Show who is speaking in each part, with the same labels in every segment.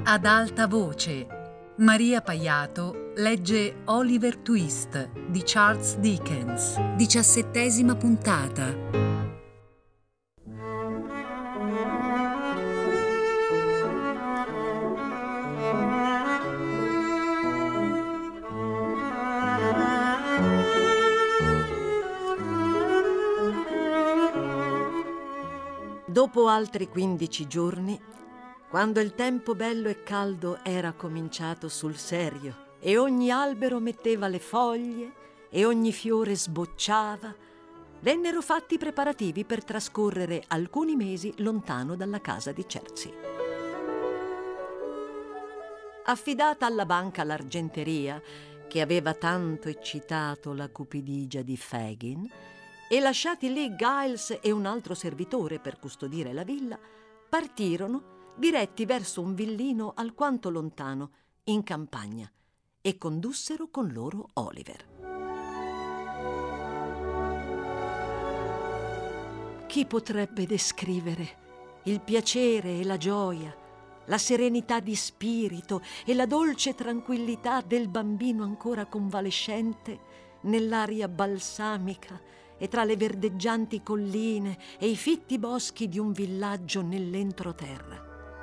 Speaker 1: Ad alta voce, Maria Paiato legge Oliver Twist di Charles Dickens, 17ª puntata.
Speaker 2: Dopo altri 15 giorni, quando il tempo bello e caldo era cominciato sul serio e ogni albero metteva le foglie e ogni fiore sbocciava, vennero fatti i preparativi per trascorrere alcuni mesi lontano dalla casa di Chertsey. Affidata alla banca l'argenteria, che aveva tanto eccitato la cupidigia di Fagin, e lasciati lì Giles e un altro servitore per custodire la villa, partirono diretti verso un villino alquanto lontano, in campagna, e condussero con loro Oliver. Chi potrebbe descrivere il piacere e la gioia, la serenità di spirito e la dolce tranquillità del bambino ancora convalescente nell'aria balsamica e tra le verdeggianti colline e i fitti boschi di un villaggio nell'entroterra?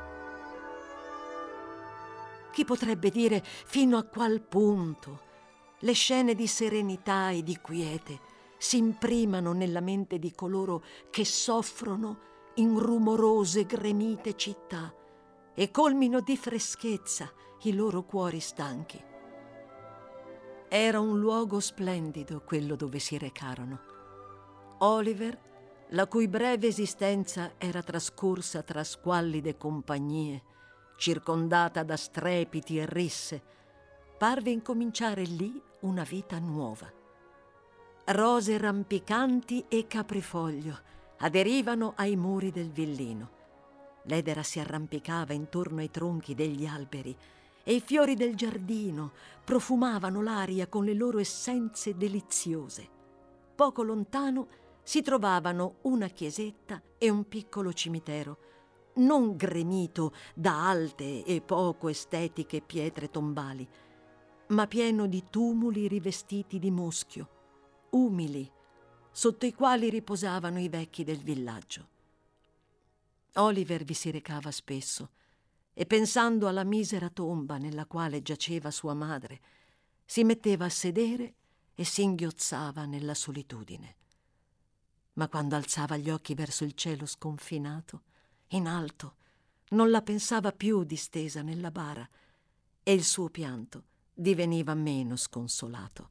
Speaker 2: Chi potrebbe dire fino a qual punto le scene di serenità e di quiete si imprimano nella mente di coloro che soffrono in rumorose, gremite città e colmino di freschezza i loro cuori stanchi? Era un luogo splendido quello dove si recarono. Oliver, la cui breve esistenza era trascorsa tra squallide compagnie, circondata da strepiti e risse, parve incominciare lì una vita nuova. Rose rampicanti e caprifoglio aderivano ai muri del villino. L'edera si arrampicava intorno ai tronchi degli alberi e i fiori del giardino profumavano l'aria con le loro essenze deliziose. Poco lontano si trovavano una chiesetta e un piccolo cimitero, non gremito da alte e poco estetiche pietre tombali, ma pieno di tumuli rivestiti di muschio, umili, sotto i quali riposavano i vecchi del villaggio. Oliver vi si recava spesso e, pensando alla misera tomba nella quale giaceva sua madre, si metteva a sedere e singhiozzava nella solitudine. Ma quando alzava gli occhi verso il cielo sconfinato, in alto, non la pensava più distesa nella bara e il suo pianto diveniva meno sconsolato.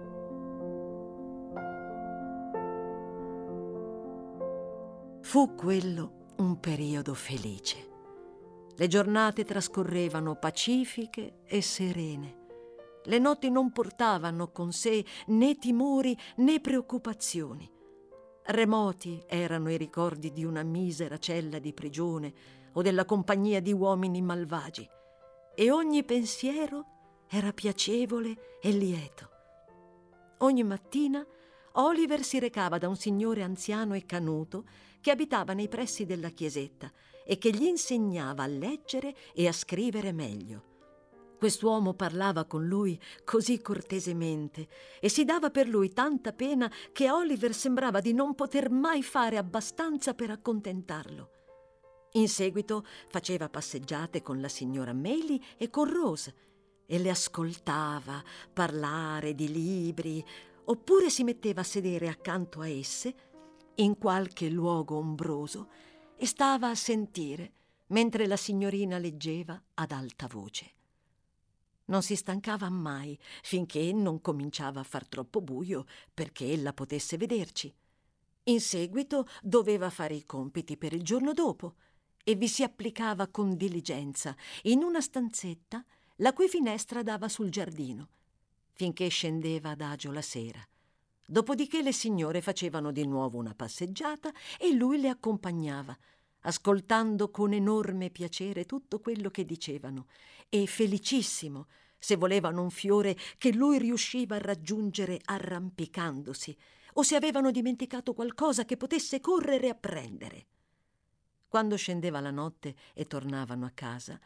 Speaker 2: Fu quello un periodo felice. Le giornate trascorrevano pacifiche e serene. Le notti non portavano con sé né timori né preoccupazioni. Remoti erano i ricordi di una misera cella di prigione o della compagnia di uomini malvagi, e ogni pensiero era piacevole e lieto. Ogni mattina Oliver si recava da un signore anziano e canuto che abitava nei pressi della chiesetta e che gli insegnava a leggere e a scrivere meglio. Quest'uomo parlava con lui così cortesemente e si dava per lui tanta pena che a Oliver sembrava di non poter mai fare abbastanza per accontentarlo. In seguito faceva passeggiate con la signora Maylie e con Rose e le ascoltava parlare di libri, oppure si metteva a sedere accanto a esse in qualche luogo ombroso e stava a sentire mentre la signorina leggeva ad alta voce. Non si stancava mai finché non cominciava a far troppo buio perché ella potesse vederci. In seguito doveva fare i compiti per il giorno dopo e vi si applicava con diligenza in una stanzetta la cui finestra dava sul giardino, finché scendeva adagio la sera. Dopodiché le signore facevano di nuovo una passeggiata e lui le accompagnava, ascoltando con enorme piacere tutto quello che dicevano e felicissimo se volevano un fiore che lui riusciva a raggiungere arrampicandosi o se avevano dimenticato qualcosa che potesse correre a prendere. Quando scendeva la notte e tornavano a casa,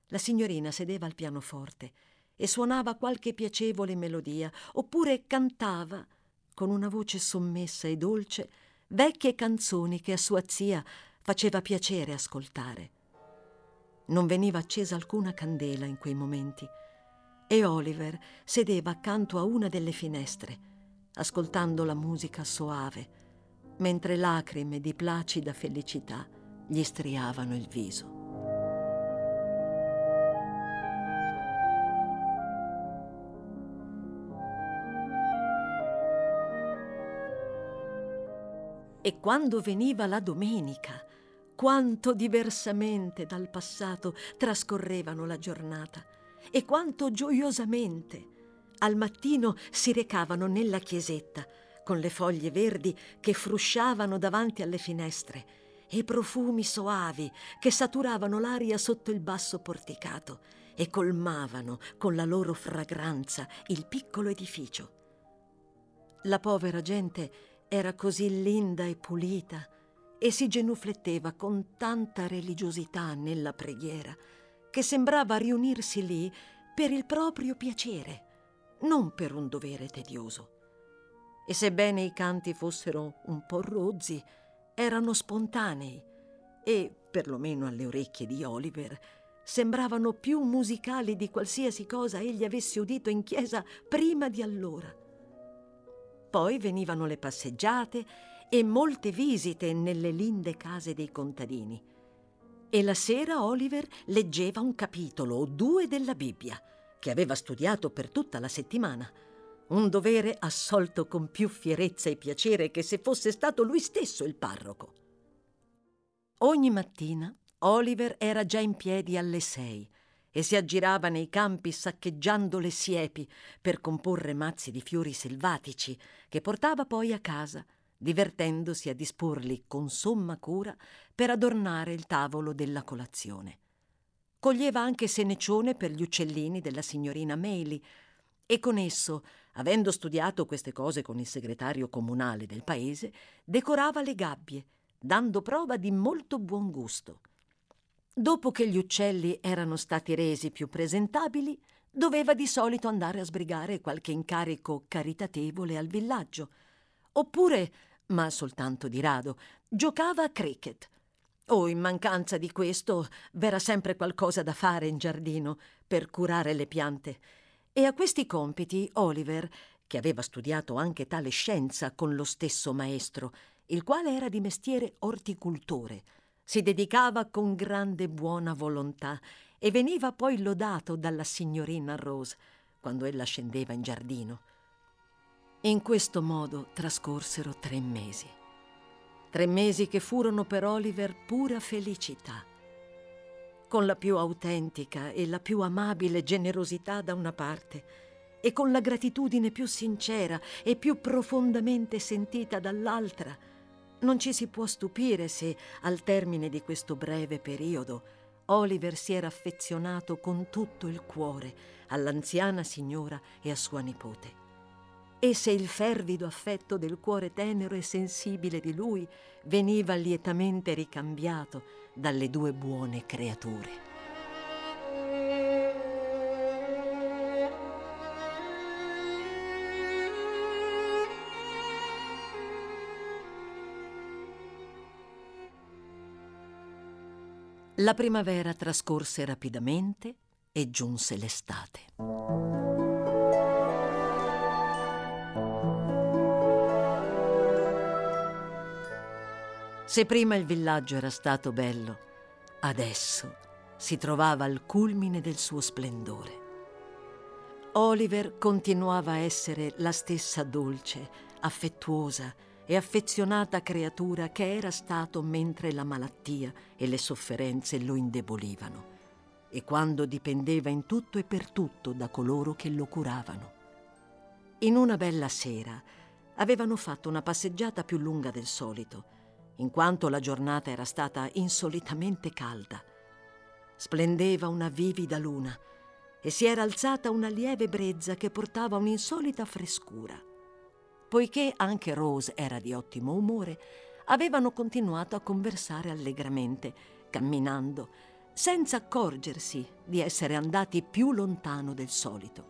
Speaker 2: La signorina sedeva al pianoforte e suonava qualche piacevole melodia, oppure cantava, con una voce sommessa e dolce, vecchie canzoni che a sua zia faceva piacere ascoltare. Non veniva accesa alcuna candela in quei momenti e Oliver sedeva accanto a una delle finestre, ascoltando la musica soave, mentre lacrime di placida felicità gli striavano il viso. E quando veniva la domenica, quanto diversamente dal passato trascorrevano la giornata e quanto gioiosamente al mattino si recavano nella chiesetta con le foglie verdi che frusciavano davanti alle finestre e i profumi soavi che saturavano l'aria sotto il basso porticato e colmavano con la loro fragranza il piccolo edificio. La povera gente era così linda e pulita e si genufletteva con tanta religiosità nella preghiera che sembrava riunirsi lì per il proprio piacere, non per un dovere tedioso. E sebbene i canti fossero un po' rozzi, erano spontanei e, perlomeno alle orecchie di Oliver, sembravano più musicali di qualsiasi cosa egli avesse udito in chiesa prima di allora. Poi venivano le passeggiate e molte visite nelle linde case dei contadini. E la sera Oliver leggeva un capitolo o due della Bibbia, che aveva studiato per tutta la settimana, un dovere assolto con più fierezza e piacere che se fosse stato lui stesso il parroco. Ogni mattina Oliver era già in piedi alle 6 e si aggirava nei campi saccheggiando le siepi per comporre mazzi di fiori selvatici che portava poi a casa, divertendosi a disporli con somma cura per adornare il tavolo della colazione. Coglieva anche senecione per gli uccellini della signorina Maylie e con esso, avendo studiato queste cose con il segretario comunale del paese, decorava le gabbie, dando prova di molto buon gusto. Dopo che gli uccelli erano stati resi più presentabili, doveva di solito andare a sbrigare qualche incarico caritatevole al villaggio. Oppure, ma soltanto di rado, giocava a cricket. O in mancanza di questo, v'era sempre qualcosa da fare in giardino per curare le piante. E a questi compiti Oliver, che aveva studiato anche tale scienza con lo stesso maestro, il quale era di mestiere orticultore, si dedicava con grande buona volontà e veniva poi lodato dalla signorina Rose quando ella scendeva in giardino. In questo modo trascorsero 3 mesi. 3 mesi che furono per Oliver pura felicità. Con la più autentica e la più amabile generosità da una parte e con la gratitudine più sincera e più profondamente sentita dall'altra, non ci si può stupire se, al termine di questo breve periodo, Oliver si era affezionato con tutto il cuore all'anziana signora e a sua nipote. E se il fervido affetto del cuore tenero e sensibile di lui veniva lietamente ricambiato dalle 2 buone creature. La primavera trascorse rapidamente e giunse l'estate. Se prima il villaggio era stato bello, adesso si trovava al culmine del suo splendore. Oliver continuava a essere la stessa dolce, affettuosa e affezionata creatura che era stato mentre la malattia e le sofferenze lo indebolivano e quando dipendeva in tutto e per tutto da coloro che lo curavano. In una bella sera avevano fatto una passeggiata più lunga del solito, in quanto la giornata era stata insolitamente calda. Splendeva una vivida luna e si era alzata una lieve brezza che portava un'insolita frescura. Poiché anche Rose era di ottimo umore, avevano continuato a conversare allegramente, camminando, senza accorgersi di essere andati più lontano del solito.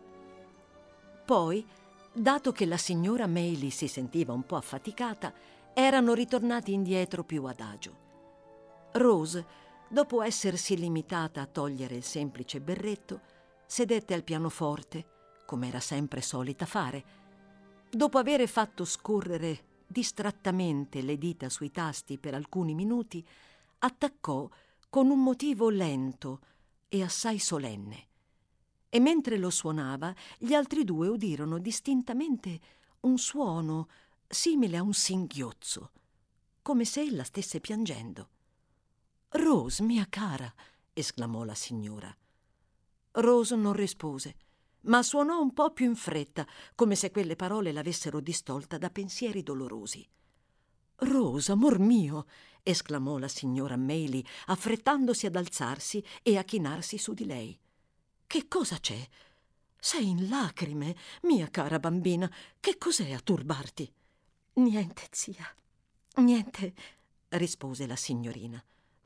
Speaker 2: Poi, dato che la signora Maylie si sentiva un po' affaticata, erano ritornati indietro più adagio. Rose, dopo essersi limitata a togliere il semplice berretto, sedette al pianoforte, come era sempre solita fare. Dopo aver fatto scorrere distrattamente le dita sui tasti per alcuni minuti, attaccò con un motivo lento e assai solenne. E mentre lo suonava, gli altri due udirono distintamente un suono simile a un singhiozzo, come se ella stesse piangendo. «Rose, mia cara!» esclamò la signora. Rose non rispose, ma suonò un po' più in fretta, come se quelle parole l'avessero distolta da pensieri dolorosi. «Rose, amor mio!» esclamò la signora Maylie, affrettandosi ad alzarsi e a chinarsi su di lei. «Che cosa c'è? Sei in lacrime, mia cara bambina. Che cos'è a turbarti?» «Niente, zia, niente», rispose la signorina.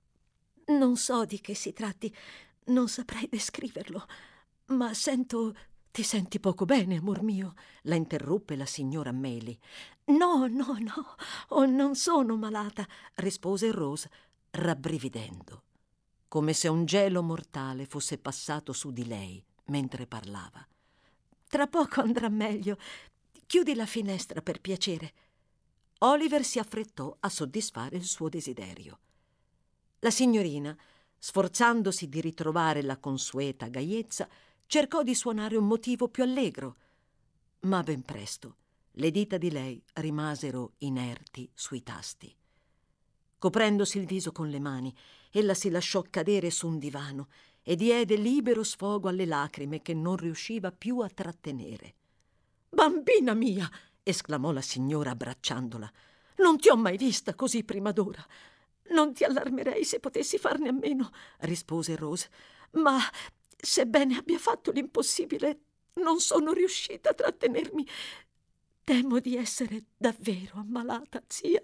Speaker 2: «Non so di che si tratti, non saprei descriverlo, ma sento...» «Ti senti poco bene, amor mio?» la interruppe la signora Maylie. «No, no, no, oh, non sono malata», rispose Rose, rabbrividendo, come se un gelo mortale fosse passato su di lei mentre parlava. «Tra poco andrà meglio. Chiudi la finestra, per piacere». Oliver si affrettò a soddisfare il suo desiderio. La signorina, sforzandosi di ritrovare la consueta gaiezza, cercò di suonare un motivo più allegro, ma ben presto le dita di lei rimasero inerti sui tasti. Coprendosi il viso con le mani, ella si lasciò cadere su un divano e diede libero sfogo alle lacrime che non riusciva più a trattenere. «Bambina mia!» esclamò la signora abbracciandola. «Non ti ho mai vista così prima d'ora». «Non ti allarmerei se potessi farne a meno», rispose Rose, «ma sebbene abbia fatto l'impossibile, non sono riuscita a trattenermi. Temo di essere davvero ammalata, zia».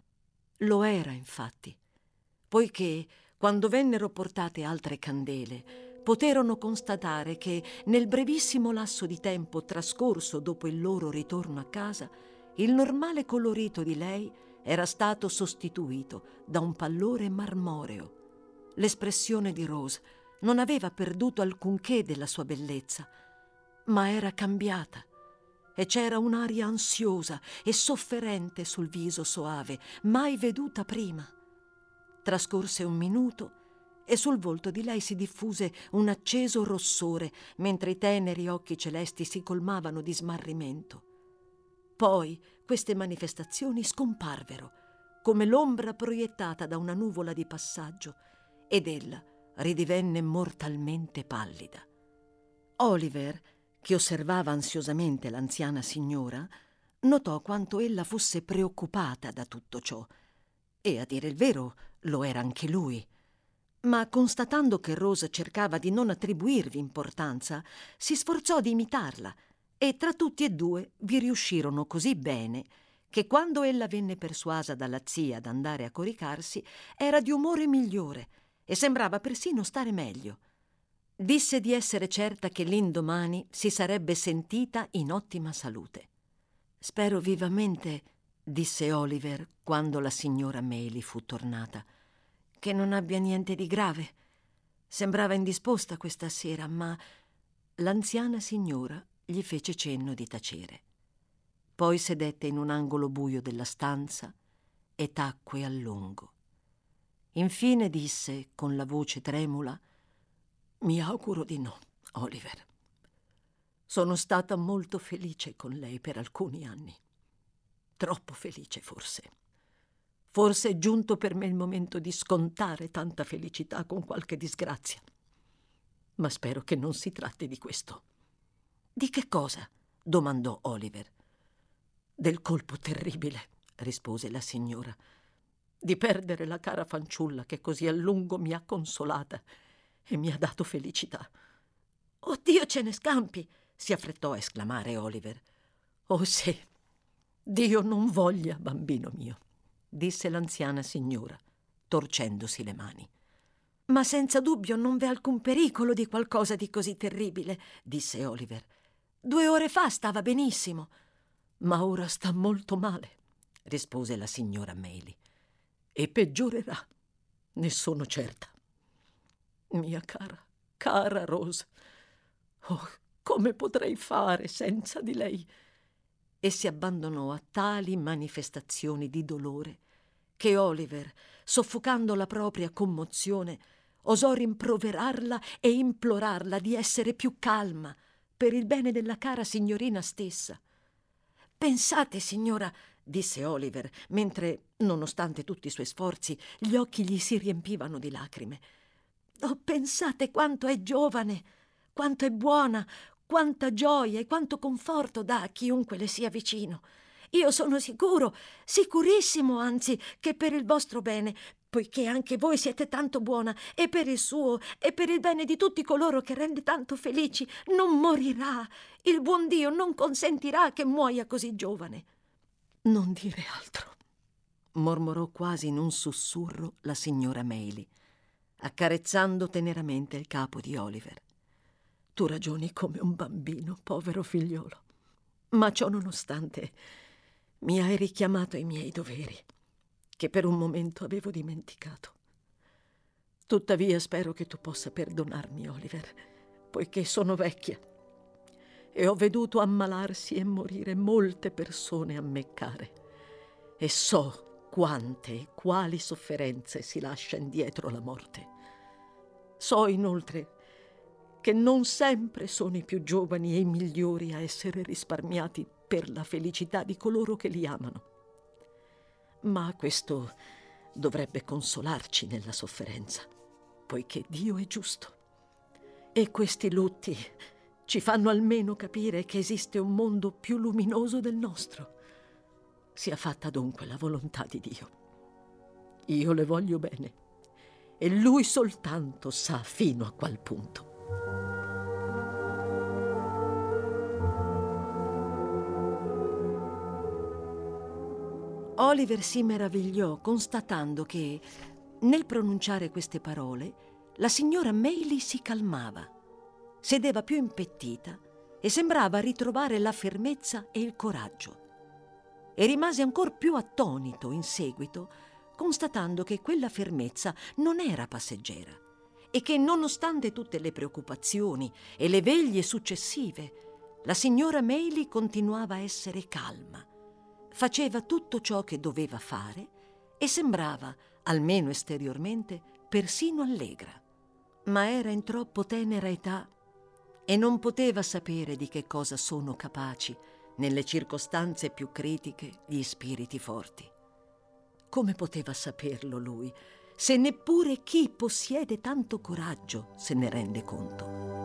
Speaker 2: Lo era, infatti, poiché, quando vennero portate altre candele, poterono constatare che, nel brevissimo lasso di tempo trascorso dopo il loro ritorno a casa, il normale colorito di lei era stato sostituito da un pallore marmoreo. L'espressione di Rose non aveva perduto alcunché della sua bellezza, ma era cambiata e c'era un'aria ansiosa e sofferente sul viso soave, mai veduta prima. Trascorse un minuto e sul volto di lei si diffuse un acceso rossore, mentre i teneri occhi celesti si colmavano di smarrimento. Poi queste manifestazioni scomparvero, come l'ombra proiettata da una nuvola di passaggio, ed ella ridivenne mortalmente pallida. Oliver, che osservava ansiosamente l'anziana signora, notò quanto ella fosse preoccupata da tutto ciò, e a dire il vero lo era anche lui. Ma constatando che Rose cercava di non attribuirvi importanza, si sforzò di imitarla, e tra tutti e due vi riuscirono così bene che quando ella venne persuasa dalla zia ad andare a coricarsi, era di umore migliore e sembrava persino stare meglio. Disse di essere certa che l'indomani si sarebbe sentita in ottima salute. «Spero vivamente», disse Oliver quando la signora Maylie fu tornata, «che non abbia niente di grave. Sembrava indisposta questa sera, ma...» L'anziana signora gli fece cenno di tacere. Poi sedette in un angolo buio della stanza e tacque a lungo. Infine disse con la voce tremula: «Mi auguro di no, Oliver. Sono stata molto felice con lei per alcuni anni. Troppo felice, forse. Forse è giunto per me il momento di scontare tanta felicità con qualche disgrazia. Ma spero che non si tratti di questo». «Di che cosa?» domandò Oliver. «Del colpo terribile», rispose la signora, «di perdere la cara fanciulla che così a lungo mi ha consolata e mi ha dato felicità». «Oh Dio, ce ne scampi!» si affrettò a esclamare Oliver. «Oh sì, Dio non voglia, bambino mio», disse l'anziana signora, torcendosi le mani. Ma senza dubbio non v'è alcun pericolo di qualcosa di così terribile, disse Oliver. 2 ore fa stava benissimo. Ma ora sta molto male, rispose la signora Maylie. E peggiorerà, ne sono certa. Mia cara Rose, oh, come potrei fare senza di lei? E si abbandonò a tali manifestazioni di dolore che Oliver, soffocando la propria commozione, osò rimproverarla e implorarla di essere più calma per il bene della cara signorina stessa. Pensate, signora, disse Oliver, mentre, nonostante tutti i suoi sforzi, gli occhi gli si riempivano di lacrime. Oh, pensate quanto è giovane, quanto è buona, quanta gioia e quanto conforto dà a chiunque le sia vicino. Io sono sicuro, sicurissimo anzi, che per il vostro bene, poiché anche voi siete tanto buona, e per il suo, e per il bene di tutti coloro che rende tanto felici, non morirà. Il buon Dio non consentirà che muoia così giovane. Non dire altro, mormorò quasi in un sussurro la signora Maylie, accarezzando teneramente il capo di Oliver. Tu ragioni come un bambino, povero figliolo. Ma ciò nonostante mi hai richiamato ai miei doveri, che per un momento avevo dimenticato. Tuttavia spero che tu possa perdonarmi, Oliver, poiché sono vecchia e ho veduto ammalarsi e morire molte persone a me care, e so quante e quali sofferenze si lascia indietro la morte. So inoltre che non sempre sono i più giovani e i migliori a essere risparmiati per la felicità di coloro che li amano. Ma questo dovrebbe consolarci nella sofferenza, poiché Dio è giusto. E questi lutti ci fanno almeno capire che esiste un mondo più luminoso del nostro. Sia fatta dunque la volontà di Dio. Io le voglio bene e Lui soltanto sa fino a qual punto. Oliver si meravigliò constatando che, nel pronunciare queste parole, la signora Maylie si calmava, sedeva più impettita e sembrava ritrovare la fermezza e il coraggio. E rimase ancor più attonito in seguito, constatando che quella fermezza non era passeggera e che, nonostante tutte le preoccupazioni e le veglie successive, la signora Maylie continuava a essere calma. Faceva tutto ciò che doveva fare e sembrava, almeno esteriormente, persino allegra. Ma era in troppo tenera età e non poteva sapere di che cosa sono capaci, nelle circostanze più critiche, gli spiriti forti. Come poteva saperlo lui, se neppure chi possiede tanto coraggio se ne rende conto?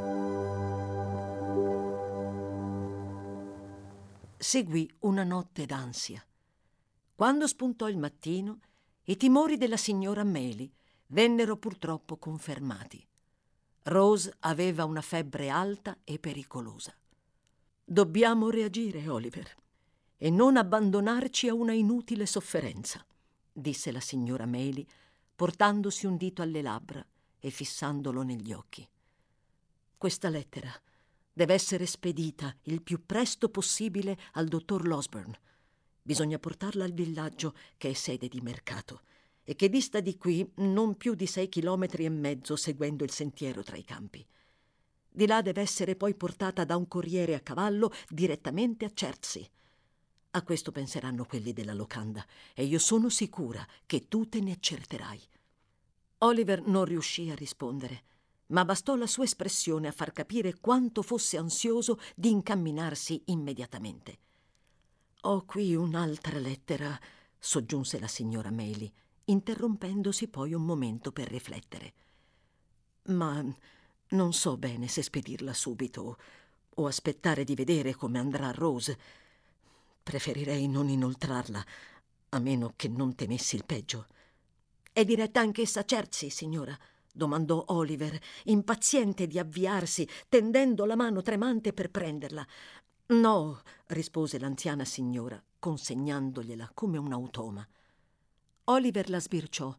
Speaker 2: Seguì una notte d'ansia. Quando spuntò il mattino, i timori della signora Maylie vennero purtroppo confermati. Rose aveva una febbre alta e pericolosa. Dobbiamo reagire, Oliver, e non abbandonarci a una inutile sofferenza, disse la signora Maylie, portandosi un dito alle labbra e fissandolo negli occhi. Questa lettera deve essere spedita il più presto possibile al dottor Losberne. Bisogna portarla al villaggio che è sede di mercato e che dista di qui non più di 6,5 chilometri seguendo il sentiero tra i campi. Di là deve essere poi portata da un corriere a cavallo direttamente a Chertsey. A questo penseranno quelli della locanda e io sono sicura che tu te ne accerterai. Oliver non riuscì a rispondere, ma bastò la sua espressione a far capire quanto fosse ansioso di incamminarsi immediatamente. «Ho qui un'altra lettera», soggiunse la signora Maylie, interrompendosi poi un momento per riflettere. «Ma non so bene se spedirla subito o aspettare di vedere come andrà Rose. Preferirei non inoltrarla, a meno che non temessi il peggio». «È diretta anch'essa a Chertsey, signora?» domandò Oliver, impaziente di avviarsi, tendendo la mano tremante per prenderla. «No», rispose l'anziana signora, consegnagliela come un automa. Oliver la sbirciò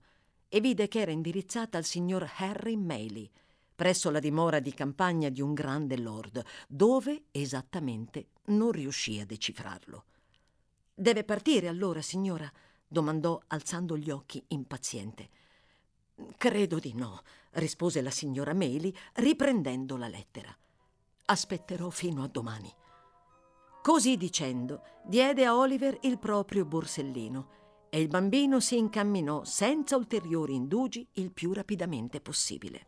Speaker 2: e vide che era indirizzata al signor Harry Maylie, presso la dimora di campagna di un grande lord, dove esattamente non riuscì a decifrarlo. «Deve partire allora, signora?» domandò alzando gli occhi impaziente. «Credo di no», rispose la signora Maylie riprendendo la lettera. «Aspetterò fino a domani». Così dicendo, diede a Oliver il proprio borsellino e il bambino si incamminò senza ulteriori indugi il più rapidamente possibile.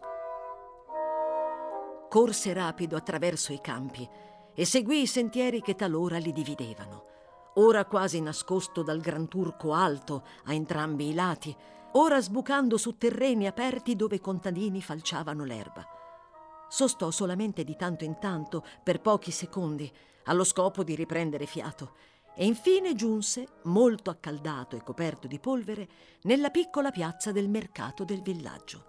Speaker 2: Corse rapido attraverso i campi e seguì i sentieri che talora li dividevano, ora quasi nascosto dal gran turco alto a entrambi i lati, ora sbucando su terreni aperti dove i contadini falciavano l'erba. Sostò solamente di tanto in tanto per pochi secondi, allo scopo di riprendere fiato, e infine giunse, molto accaldato e coperto di polvere, nella piccola piazza del mercato del villaggio.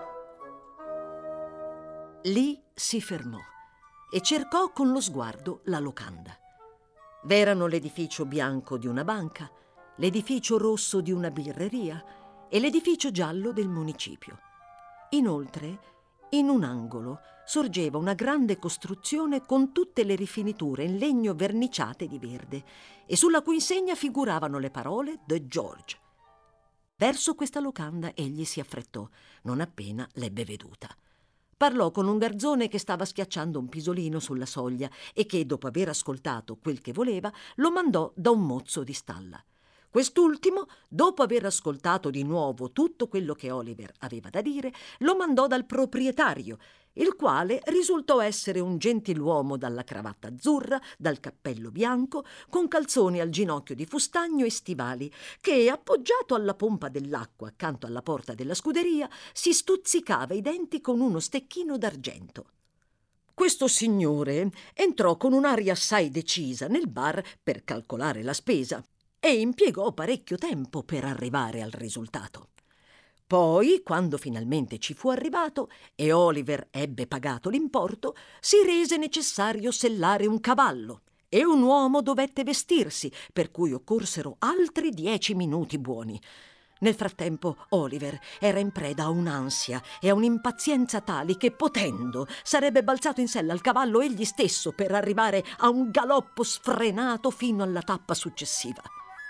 Speaker 2: Lì si fermò e cercò con lo sguardo la locanda. V'erano l'edificio bianco di una banca, l'edificio rosso di una birreria e l'edificio giallo del municipio. Inoltre, in un angolo sorgeva una grande costruzione con tutte le rifiniture in legno verniciate di verde e sulla cui insegna figuravano le parole The George. Verso questa locanda egli si affrettò, non appena l'ebbe veduta. Parlò con un garzone che stava schiacciando un pisolino sulla soglia e che, dopo aver ascoltato quel che voleva, lo mandò da un mozzo di stalla. Quest'ultimo, dopo aver ascoltato di nuovo tutto quello che Oliver aveva da dire, lo mandò dal proprietario, il quale risultò essere un gentiluomo dalla cravatta azzurra, dal cappello bianco, con calzoni al ginocchio di fustagno e stivali, che, appoggiato alla pompa dell'acqua accanto alla porta della scuderia, si stuzzicava i denti con uno stecchino d'argento. Questo signore entrò con un'aria assai decisa nel bar per calcolare la spesa e impiegò parecchio tempo per arrivare al risultato. Poi, quando finalmente ci fu arrivato e Oliver ebbe pagato l'importo, si rese necessario sellare un cavallo e un uomo dovette vestirsi, per cui occorsero altri 10 minuti buoni. Nel frattempo Oliver era in preda a un'ansia e a un'impazienza tali che, potendo, sarebbe balzato in sella al cavallo egli stesso per arrivare a un galoppo sfrenato fino alla tappa successiva.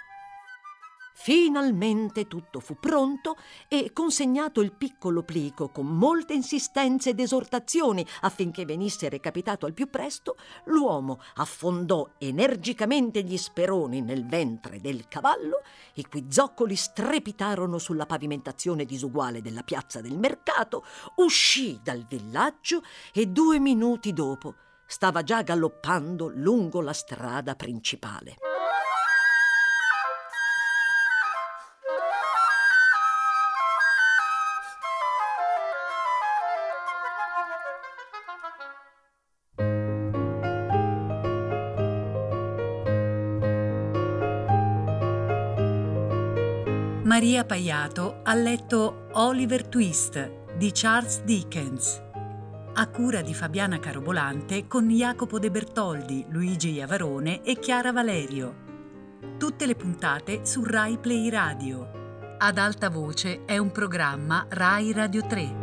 Speaker 2: Finalmente tutto fu pronto e, consegnato il piccolo plico con molte insistenze ed esortazioni affinché venisse recapitato al più presto, l'uomo affondò energicamente gli speroni nel ventre del cavallo, i cui zoccoli strepitarono sulla pavimentazione disuguale della piazza del mercato, uscì dal villaggio e 2 minuti dopo stava già galoppando lungo la strada principale.
Speaker 1: Maria Paiato ha letto Oliver Twist di Charles Dickens, a cura di Fabiana Carobolante con Jacopo De Bertoldi, Luigi Iavarone e Chiara Valerio. Tutte le puntate su Rai Play Radio. Ad alta voce è un programma Rai Radio 3.